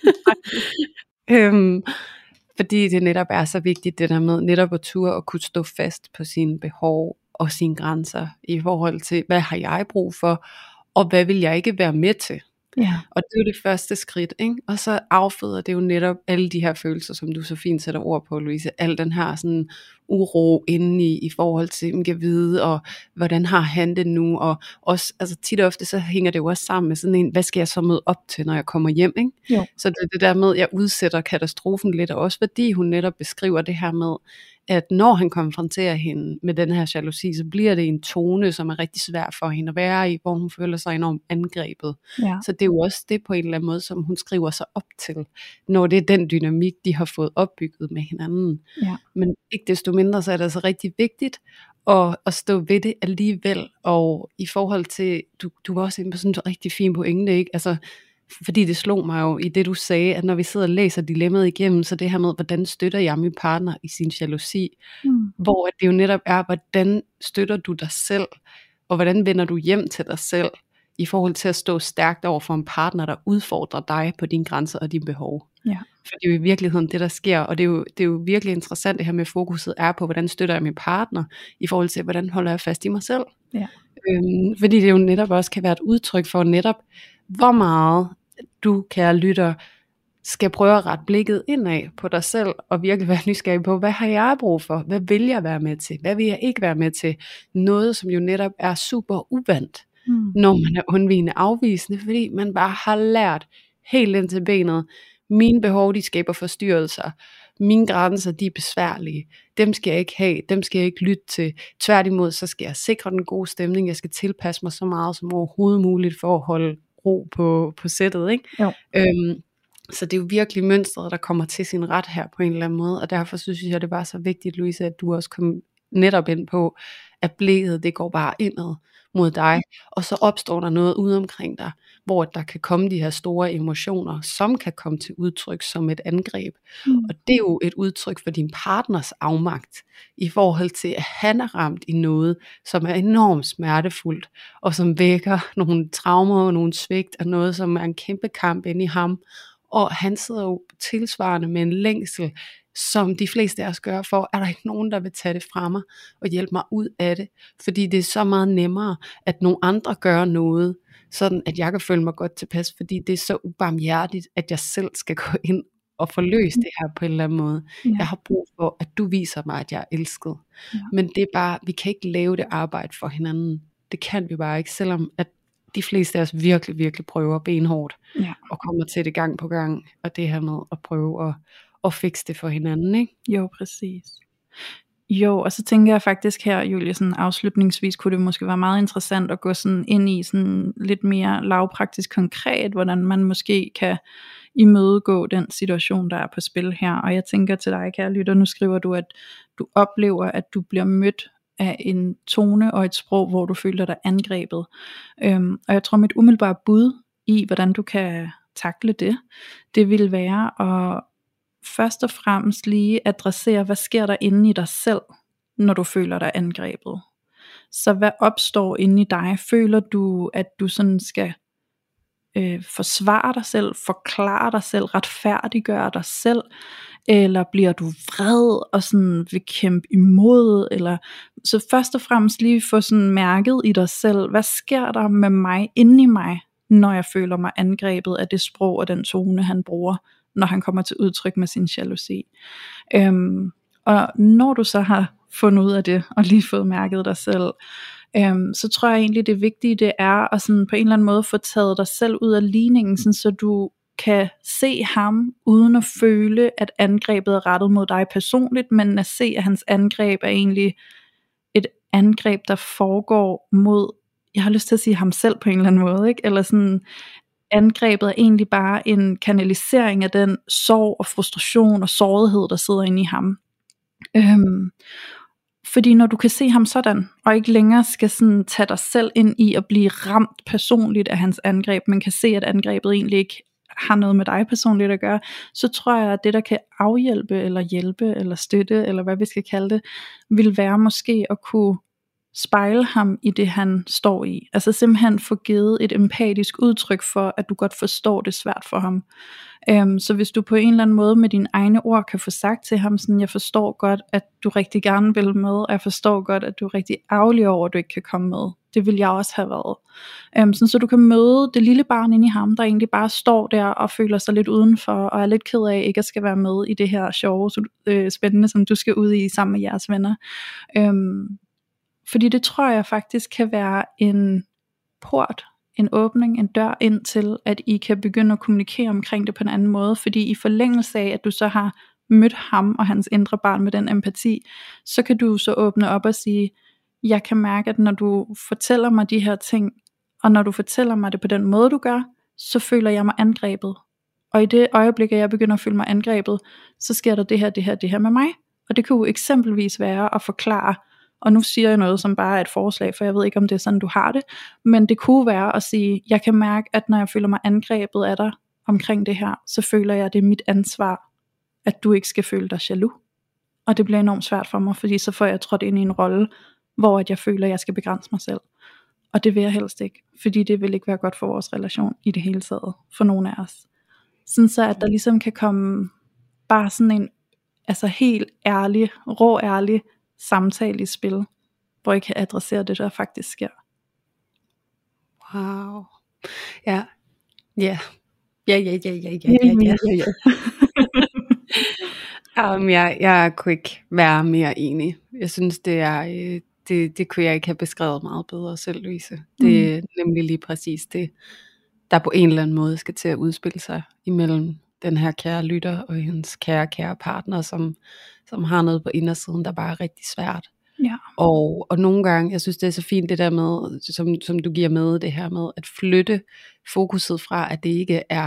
Fordi det netop er så vigtigt, det der med netop at ture og kunne stå fast på sine behov og sine grænser i forhold til, hvad har jeg brug for, og hvad vil jeg ikke være med til. Ja. Og det er jo det første skridt, ikke? Og så afføder det jo netop alle de her følelser, som du så fint sætter ord på, Louise. Al den her sådan uro indeni i forhold til, man kan vide, og hvordan har han det nu, og også, altså tit og ofte, så hænger det jo også sammen med sådan en, hvad skal jeg så møde op til, når jeg kommer hjem, ikke? Jo. Så det der med, at jeg udsætter katastrofen lidt, og også fordi hun netop beskriver det her med, at når han konfronterer hende med den her jalousi, så bliver det en tone, som er rigtig svær for hende at være i, hvor hun føler sig enormt angrebet. Ja. Så det er jo også det på en eller anden måde, som hun skriver sig op til, når det er den dynamik, de har fået opbygget med hinanden. Ja. Men ikke desto mindre, så er det altså rigtig vigtigt at stå ved det alligevel. Og i forhold til, du var også inde på sådan en rigtig fin pointe, ikke? Altså, fordi det slog mig jo i det du sagde, at når vi sidder og læser dilemmaet igennem, så det her med, hvordan støtter jeg min partner i sin jalousi, hvor det jo netop er, hvordan støtter du dig selv, og hvordan vender du hjem til dig selv, i forhold til at stå stærkt over for en partner, der udfordrer dig på dine grænser og dine behov. Ja. For det er jo i virkeligheden det, der sker, og det er jo virkelig interessant, det her med fokuset er på, hvordan støtter jeg min partner, i forhold til, hvordan holder jeg fast i mig selv. Ja. Fordi det jo netop også kan være et udtryk for netop, hvor meget du, kære lytter, skal prøve at rette blikket indad på dig selv, og virkelig være nysgerrig på, hvad har jeg brug for? Hvad vil jeg være med til? Hvad vil jeg ikke være med til? Noget, som jo netop er super uvandt, når man er undvigende afvisende, fordi man bare har lært helt ind til benet, mine behov, de skaber forstyrrelser, mine grænser, de er besværlige, dem skal jeg ikke have, dem skal jeg ikke lytte til, tværtimod, så skal jeg sikre den gode stemning, jeg skal tilpasse mig så meget som overhovedet muligt, for at holde ro på sættet, ikke? Jo. Så det er jo virkelig mønstret, der kommer til sin ret her på en eller anden måde, og derfor synes jeg, det var så vigtigt, Louise, at du også kom netop ind på, at blikket det går bare indad mod dig, og så opstår der noget ude omkring dig, hvor der kan komme de her store emotioner, som kan komme til udtryk som et angreb. Og det er jo et udtryk for din partners afmagt, i forhold til at han er ramt i noget, som er enormt smertefuldt, og som vækker nogle traumer og nogle svigt, og noget som er en kæmpe kamp inde i ham. Og han sidder jo tilsvarende med en længsel, som de fleste af os gør, for er der ikke nogen, der vil tage det fra mig og hjælpe mig ud af det, fordi det er så meget nemmere, at nogle andre gør noget, sådan at jeg kan føle mig godt tilpas, fordi det er så ubarmhjertigt, at jeg selv skal gå ind og få løst det her på en eller anden måde. Jeg har brug for, at du viser mig, at jeg er elsket. Men det er bare, vi kan ikke lave det arbejde for hinanden. Det kan vi bare ikke, selvom at de fleste af os virkelig, virkelig prøver benhårdt, og kommer til det gang på gang, og det her med at prøve at fikse det for hinanden, ikke? Jo, præcis. Jo, og så tænker jeg faktisk her, Julie, sådan afslutningsvis kunne det måske være meget interessant at gå sådan ind i sådan lidt mere lavpraktisk konkret, hvordan man måske kan imødegå den situation, der er på spil her. Og jeg tænker til dig, kære lytter, nu skriver du, at du oplever, at du bliver mødt af en tone og et sprog, hvor du føler dig angrebet. Og jeg tror, mit umiddelbare bud i, hvordan du kan takle det, det vil være at først og fremmest lige adressere, hvad sker der inde i dig selv, når du føler dig angrebet. Så hvad opstår inde i dig? Føler du, at du sådan skal forsvare dig selv, forklare dig selv, retfærdiggøre dig selv, eller bliver du vred og sådan vil kæmpe imod, eller så først og fremmest lige få sådan mærket i dig selv, hvad sker der med mig, inde i mig, når jeg føler mig angrebet af det sprog og den tone, han bruger, når han kommer til udtryk med sin jalousi. Og når du så har fundet ud af det, og lige fået mærket dig selv, så tror jeg egentlig det vigtige det er at sådan på en eller anden måde få taget dig selv ud af ligningen, sådan, så du kan se ham uden at føle at angrebet er rettet mod dig personligt, men at se at hans angreb er egentlig et angreb der foregår mod, jeg har lyst til at sige ham selv på en eller anden måde, ikke? Eller sådan, angrebet er egentlig bare en kanalisering af den sorg og frustration og sårighed der sidder inde i ham. Fordi når du kan se ham sådan, og ikke længere skal sådan tage dig selv ind i at blive ramt personligt af hans angreb, men kan se at angrebet egentlig ikke har noget med dig personligt at gøre, så tror jeg at det der kan afhjælpe eller hjælpe eller støtte eller hvad vi skal kalde det, vil være måske at kunne spejle ham i det han står i. Altså simpelthen få givet et empatisk udtryk for at du godt forstår det svært for ham. Så hvis du på en eller anden måde med dine egne ord kan få sagt til ham sådan, jeg forstår godt at du rigtig gerne vil med, og jeg forstår godt at du er rigtig ærgerlig over at du ikke kan komme med. Det vil jeg også have været. Sådan, så du kan møde det lille barn inde i ham, der egentlig bare står der og føler sig lidt udenfor, og er lidt ked af ikke at skal være med i det her sjove, spændende, som du skal ud i sammen med jeres venner. Fordi det tror jeg faktisk kan være en port, en åbning, en dør ind til, at I kan begynde at kommunikere omkring det på en anden måde, fordi i forlængelse af, at du så har mødt ham og hans indre barn med den empati, så kan du så åbne op og sige, jeg kan mærke, at når du fortæller mig de her ting, og når du fortæller mig det på den måde du gør, så føler jeg mig angrebet. Og i det øjeblik, at jeg begynder at føle mig angrebet, så sker der det her med mig. Og det kan jo eksempelvis være at forklare, og nu siger jeg noget som bare er et forslag, for jeg ved ikke om det er sådan du har det, men det kunne være at sige, jeg kan mærke at når jeg føler mig angrebet af dig omkring det her, så føler jeg at det er mit ansvar, at du ikke skal føle dig jaloux. Og det bliver enormt svært for mig, fordi så får jeg trådt ind i en rolle, hvor at jeg føler at jeg skal begrænse mig selv. Og det vil jeg helst ikke, fordi det vil ikke være godt for vores relation i det hele taget, for nogen af os. Sådan så at der ligesom kan komme bare sådan en altså helt ærlig, ærlig samtale i spil, hvor I kan adressere det der faktisk sker. Wow. Ja. Ja. Jeg kunne ikke være mere enig. Jeg synes det er det kunne jeg ikke have beskrevet meget bedre selv, Louise. Det er nemlig lige præcis det, der på en eller anden måde skal til at udspille sig imellem den her kære lytter og hendes kære partner, som har noget på indersiden, der bare er rigtig svært. Ja. Og nogle gange, jeg synes det er så fint det der med, som du giver med, det her med at flytte fokuset fra, at det ikke er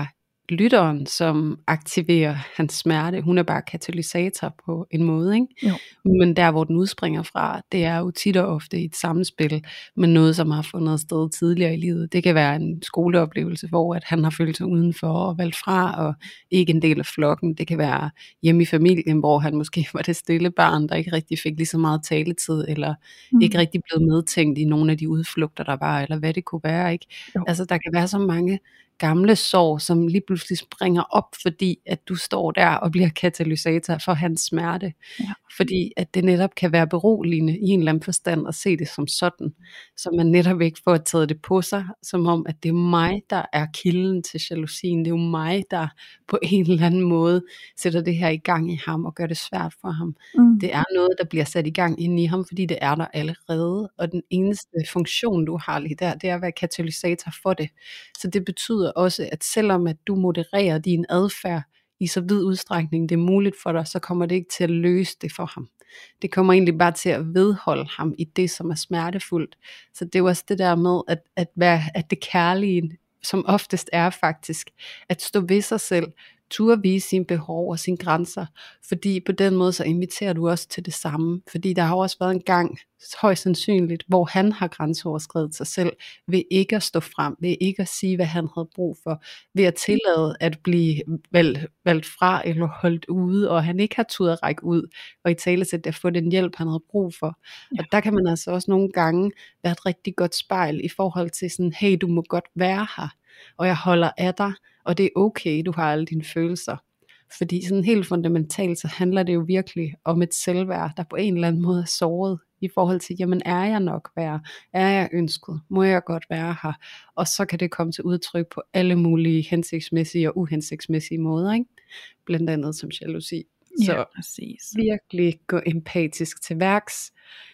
lytteren, som aktiverer hans smerte. Hun er bare katalysator på en måde, ikke? Jo. Men der hvor den udspringer fra, det er jo tit og ofte i et samspil med noget, som har fundet sted tidligere i livet. Det kan være en skoleoplevelse, hvor at han har følt sig udenfor og valgt fra og ikke en del af flokken. Det kan være hjemme i familien, hvor han måske var det stille barn, der ikke rigtig fik lige så meget taletid, eller ikke rigtig blev medtænkt i nogle af de udflugter, der var, eller hvad det kunne være, ikke? Jo. Altså der kan være så mange gamle sår, som lige pludselig springer op, fordi at du står der og bliver katalysator for hans smerte. Ja. Fordi at det netop kan være beroligende i en eller anden forstand at se det som sådan, så man netop ikke får taget det på sig, som om at det er mig, der er kilden til jalousien. Det er jo mig, der på en eller anden måde sætter det her i gang i ham og gør det svært for ham. Det er noget, der bliver sat i gang inde i ham, fordi det er der allerede, og den eneste funktion, du har lige der, det er at være katalysator for det. Så det betyder også, at selvom at du modererer din adfærd i så vid udstrækning, det er muligt for dig, så kommer det ikke til at løse det for ham. Det kommer egentlig bare til at vedholde ham i det, som er smertefuldt. Så det er jo også det der med, at det kærlige, som oftest er faktisk, at stå ved sig selv, turde vise sine behov og sine grænser, fordi på den måde så inviterer du også til det samme, fordi der har også været en gang, højst sandsynligt, hvor han har grænseoverskredet sig selv, ved ikke at stå frem, ved ikke at sige, hvad han havde brug for, ved at tillade at blive valgt fra eller holdt ude, og han ikke har tudet at række ud, og i talesæt at få den hjælp, han havde brug for. Ja. Og der kan man altså også nogle gange være et rigtig godt spejl i forhold til sådan, hey, du må godt være her, og jeg holder af dig, og det er okay, du har alle dine følelser. Fordi sådan helt fundamentalt, så handler det jo virkelig om et selvværd, der på en eller anden måde er såret, i forhold til, jamen er jeg nok værd? Er jeg ønsket? Må jeg godt være her? Og så kan det komme til udtryk på alle mulige hensigtsmæssige og uhensigtsmæssige måder, ikke? Blandt andet som jalousi. Så Ja, præcis. virkelig gå empatisk til værks,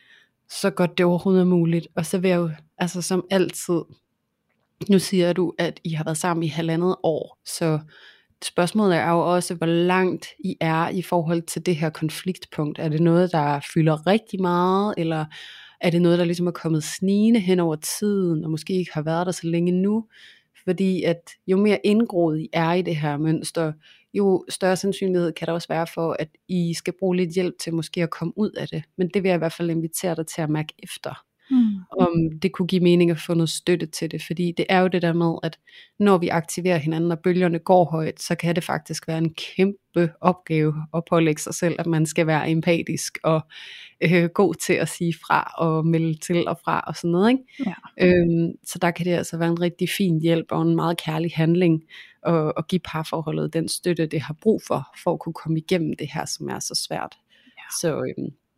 så godt det overhovedet er muligt. Og så vil jeg jo, altså som altid, nu siger du, at I har været sammen i 1,5 år, så spørgsmålet er jo også, hvor langt I er i forhold til det her konfliktpunkt. Er det noget, der fylder rigtig meget, eller er det noget, der ligesom er kommet snigende hen over tiden, og måske ikke har været der så længe nu? Fordi at jo mere indgroet I er i det her mønster, jo større sandsynlighed kan der også være for, at I skal bruge lidt hjælp til måske at komme ud af det. Men det vil jeg i hvert fald invitere dig til at mærke efter. Om det kunne give mening at få noget støtte til det, fordi det er jo det der med, at når vi aktiverer hinanden, og bølgerne går højt, så kan det faktisk være en kæmpe opgave at pålægge sig selv, at man skal være empatisk og god til at sige fra og melde til og fra og sådan noget, ikke? Ja. Så der kan det altså være en rigtig fin hjælp og en meget kærlig handling at give parforholdet den støtte, det har brug for at kunne komme igennem det her, som er så svært. Ja. Så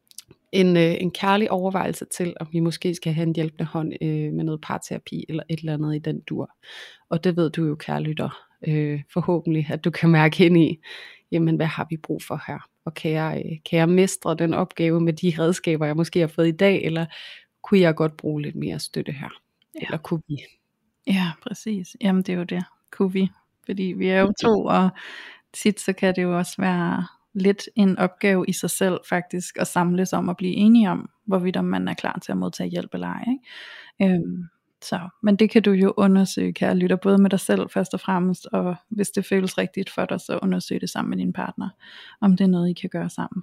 en kærlig overvejelse til, om vi måske skal have en hjælpende hånd med noget parterapi eller et eller andet i den dur. Og det ved du jo, kære lytter, forhåbentlig, at du kan mærke ind i, jamen hvad har vi brug for her? Og kan jeg mestre den opgave med de redskaber, jeg måske har fået i dag, eller kunne jeg godt bruge lidt mere støtte her? Ja. Eller kunne vi? Ja, præcis. Jamen det er jo det. Kunne vi? Fordi vi er jo 2, og tit så kan det jo også være lidt en opgave i sig selv faktisk, at samles om at blive enige om, hvorvidt om man er klar til at modtage hjælp eller ej, ikke? Men det kan du jo undersøge, kære lytter, både med dig selv først og fremmest, og hvis det føles rigtigt for dig, så undersøg det sammen med din partner, om det er noget I kan gøre sammen.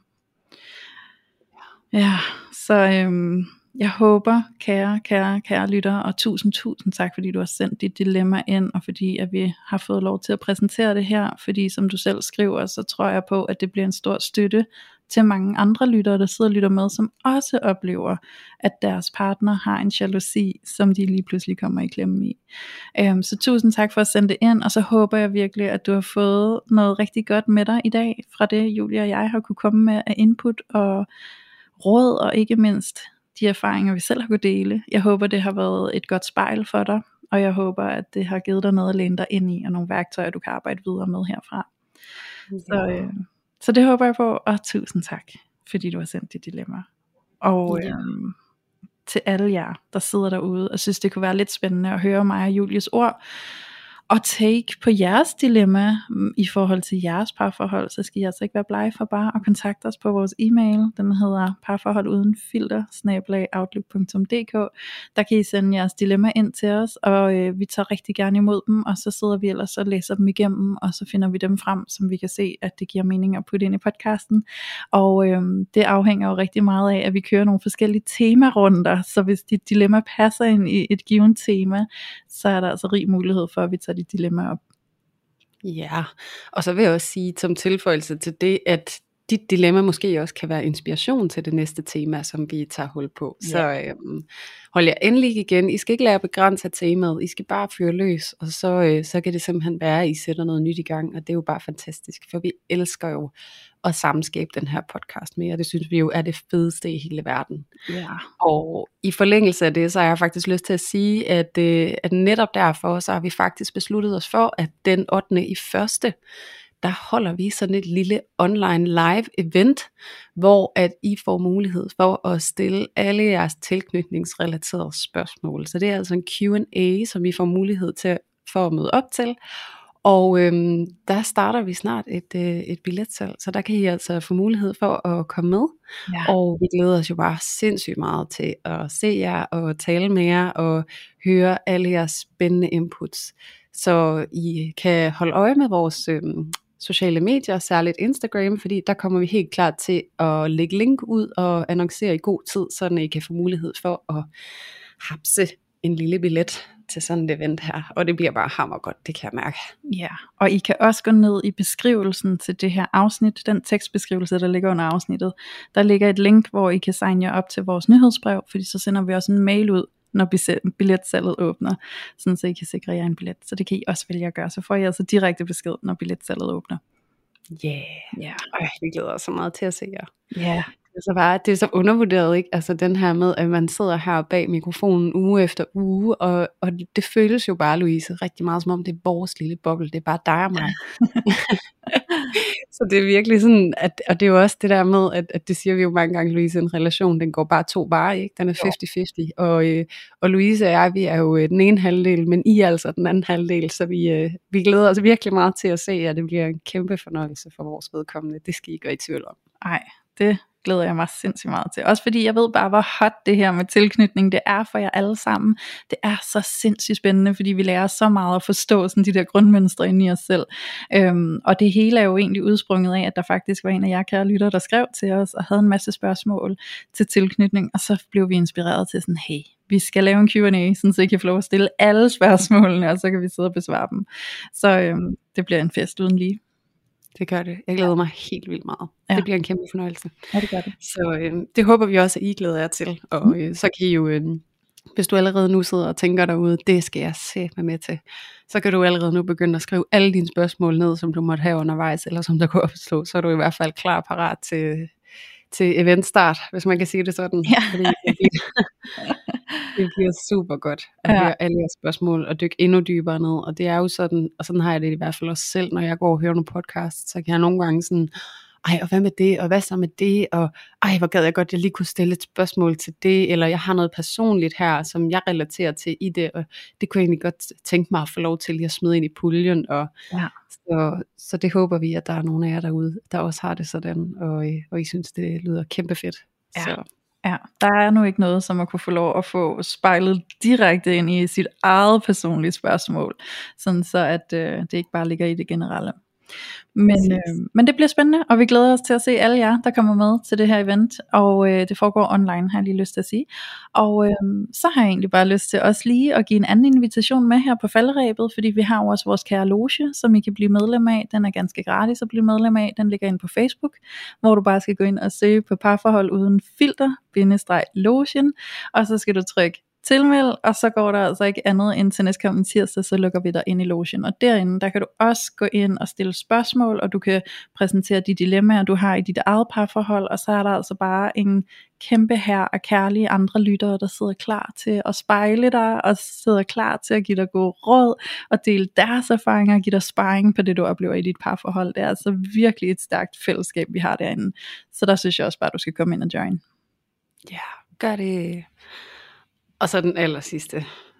Ja, så jeg håber, kære lytter, og tusind tak, fordi du har sendt dit dilemma ind, og fordi at vi har fået lov til at præsentere det her, fordi som du selv skriver, så tror jeg på, at det bliver en stor støtte til mange andre lyttere, der sidder og lytter med, som også oplever, at deres partner har en jalousi, som de lige pludselig kommer i klemme i. Så tusind tak for at sende det ind, og så håber jeg virkelig, at du har fået noget rigtig godt med dig i dag, fra det Julie og jeg har kunne komme med af input og råd, og ikke mindst de erfaringer vi selv har kunnet dele. Jeg håber det har været et godt spejl for dig, og jeg håber at det har givet dig noget at læne dig ind i, og nogle værktøjer du kan arbejde videre med herfra. Ja. Så det håber jeg på, og tusind tak fordi du har sendt dit dilemma. Og til alle jer der sidder derude og synes det kunne være lidt spændende at høre mig og Julies ord take på jeres dilemma i forhold til jeres parforhold, så skal I altså ikke være blege for bare at kontakte os på vores e-mail. Den hedder parforholdudenfilter@outlook.dk. Der kan I sende jeres dilemma ind til os, og vi tager rigtig gerne imod dem, og så sidder vi ellers og læser dem igennem, og så finder vi dem frem, som vi kan se, at det giver mening at putte ind i podcasten. Og det afhænger jo rigtig meget af, at vi kører nogle forskellige temarunder, så hvis dit dilemma passer ind i et givet tema, så er der altså rig mulighed for, at vi tager dit dilemma op. Ja, og så vil jeg også sige som tilføjelse til det, at dit dilemma måske også kan være inspiration til det næste tema, som vi tager hul på. Ja. Så hold jer endelig igen. I skal ikke lade jer begrænse af temaet. I skal bare fyre løs, og så kan det simpelthen være, at I sætter noget nyt i gang, og det er jo bare fantastisk, for vi elsker jo at sammenskabe den her podcast med, og det synes vi jo er det fedeste i hele verden. Ja. Og i forlængelse af det, så har jeg faktisk lyst til at sige, at netop derfor, så har vi faktisk besluttet os for, at den 8.1., der holder vi sådan et lille online live event, hvor at I får mulighed for at stille alle jeres tilknytningsrelaterede spørgsmål. Så det er altså en Q&A, som I får mulighed til for at møde op til. Og der starter vi snart et billetsalg, så der kan I altså få mulighed for at komme med. Ja. Og vi glæder os jo bare sindssygt meget til at se jer og tale med jer og høre alle jeres spændende inputs. Så I kan holde øje med vores sociale medier, særligt Instagram, fordi der kommer vi helt klart til at lægge link ud og annoncere i god tid, så I kan få mulighed for at hapse en lille billet til sådan et event her, og det bliver bare hammergodt, det kan jeg mærke. Ja, og I kan også gå ned i beskrivelsen til det her afsnit, den tekstbeskrivelse, der ligger under afsnittet. Der ligger et link, hvor I kan signe jer op til vores nyhedsbrev, fordi så sender vi også en mail ud, når billetsalget åbner, sådan så I kan sikre jer en billet. Så det kan I også vælge at gøre, så får I altså direkte besked, når billetsalget åbner. Yeah. Vi glæder os så meget til at se jer. Yeah. Det er så undervurderet, ikke? Altså den her med, at man sidder her bag mikrofonen uge efter uge, og det føles jo bare, Louise, rigtig meget som om det er vores lille boble, det er bare dig og mig. Så det er virkelig sådan, og det er jo også det der med, at det siger vi jo mange gange, Louise, en relation, den går bare 2 veje, ikke? Den er 50-50, og Louise og jeg, vi er jo den ene halvdel, men I er altså den anden halvdel, så vi glæder os virkelig meget til at se, at det bliver en kæmpe fornøjelse for vores vedkommende. Det skal I ikke være i tvivl om. Nej, det glæder jeg mig sindssygt meget til. Også fordi jeg ved bare, hvor hot det her med tilknytning det er for jer alle sammen. Det er så sindssygt spændende, fordi vi lærer så meget at forstå sådan de der grundmønstre inde i os selv. Og det hele er jo egentlig udsprunget af, at der faktisk var en af jer kære lytter, der skrev til os og havde en masse spørgsmål til tilknytning, og så blev vi inspireret til sådan, hey, vi skal lave en Q&A, så I kan få lov at stille alle spørgsmålene, og så kan vi sidde og besvare dem. Så det bliver en fest uden lige. Det gør det. Jeg glæder mig helt vildt meget. Ja. Det bliver en kæmpe fornøjelse. Ja, det gør det. Så det håber vi også, at I glæder jer til. Og så kan I jo, hvis du allerede nu sidder og tænker derude, det skal jeg se mig med til, så kan du allerede nu begynde at skrive alle dine spørgsmål ned, som du måtte have undervejs, eller som der kunne opstå. Så er du i hvert fald klar og parat til eventstart, hvis man kan sige det sådan. Ja. Fordi det bliver super godt at høre alle jeres spørgsmål og dykke endnu dybere ned. Og det er jo sådan, og sådan har jeg det i hvert fald også selv, når jeg går og hører nogle podcasts, så kan jeg nogle gange sådan, og hvad med det, og hvad så med det, og hvor gad jeg godt, jeg lige kunne stille et spørgsmål til det, eller jeg har noget personligt her, som jeg relaterer til i det, og det kunne jeg egentlig godt tænke mig at få lov til at smide ind i puljen, og så det håber vi, at der er nogle af jer derude, der også har det sådan, og I synes, det lyder kæmpe fedt. Ja. Så. Ja, der er nu ikke noget som at kunne få lov at få spejlet direkte ind i sit eget personlige spørgsmål, sådan så at det ikke bare ligger i det generelle. Men det bliver spændende, og vi glæder os til at se alle jer, der kommer med til det her event, og det foregår online, har jeg lige lyst til at sige. Og så har jeg egentlig bare lyst til også lige at give en anden invitation med her på falderebet, fordi vi har jo også vores kære loge, som I kan blive medlem af. Den er ganske gratis at blive medlem af. Den ligger inde på Facebook, hvor du bare skal gå ind og søge på parforhold uden filter-logen, og så skal du trykke tilmeld, og så går der altså ikke andet end til næste kommende tirsdag, så lukker vi dig ind i logen, og derinde, der kan du også gå ind og stille spørgsmål, og du kan præsentere de dilemmaer, du har i dit eget parforhold, og så er der altså bare en kæmpe hær af kærlige andre lyttere, der sidder klar til at spejle dig, og sidder klar til at give dig gode råd, og dele deres erfaringer, og give dig sparring på det, du oplever i dit parforhold. Det er altså virkelig et stærkt fællesskab, vi har derinde, så der synes jeg også bare, du skal komme ind og join. Ja, gør det. Og så den aller sidste,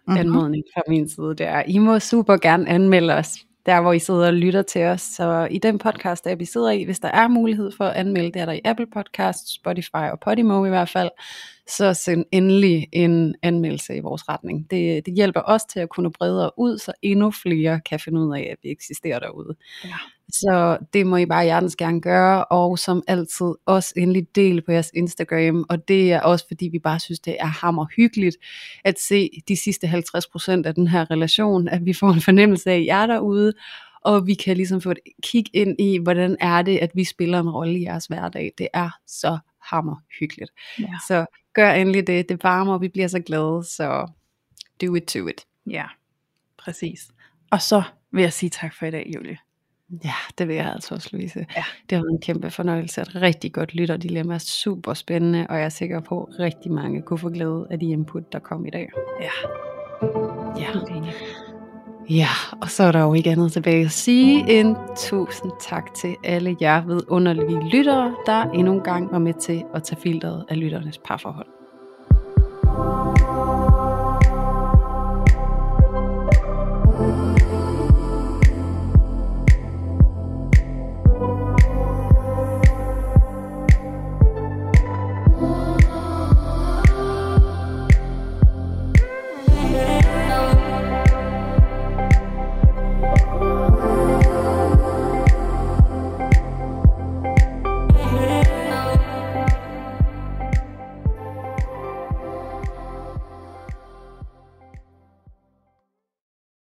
anmodning fra min side. Det er, I må super gerne anmelde os, der hvor I sidder og lytter til os. Så i den podcast, der vi sidder i, hvis der er mulighed for at anmelde, det er der i Apple Podcasts, Spotify og Podimo i hvert fald, så send endelig en anmeldelse i vores retning. Det hjælper os til at kunne bredere ud, så endnu flere kan finde ud af, at vi eksisterer derude. Ja. Så det må I bare hjertens gerne gøre, og som altid også endelig del på jeres Instagram, og det er også fordi vi bare synes, det er hammer hyggeligt at se de sidste 50% af den her relation, at vi får en fornemmelse af, at I er derude, og vi kan ligesom få et kig ind i, hvordan er det, at vi spiller en rolle i jeres hverdag. Det er så hammer hyggeligt. Ja. Så gør endelig det varmer, og vi bliver så glade, så do it to it. Ja, præcis. Og så vil jeg sige tak for i dag, Julie. Ja, det vil jeg altså også, Louise. Ja. Det har været en kæmpe fornøjelse. Et rigtig godt lytterdilemma. Super spændende, og jeg er sikker på, at rigtig mange kunne få glæde af de input, der kom i dag. Ja. Okay. Ja, og så er der jo ikke andet tilbage at sige end tusind tak til alle jer vidunderlige lyttere, der endnu en gang var med til at tage filteret af lytternes parforhold.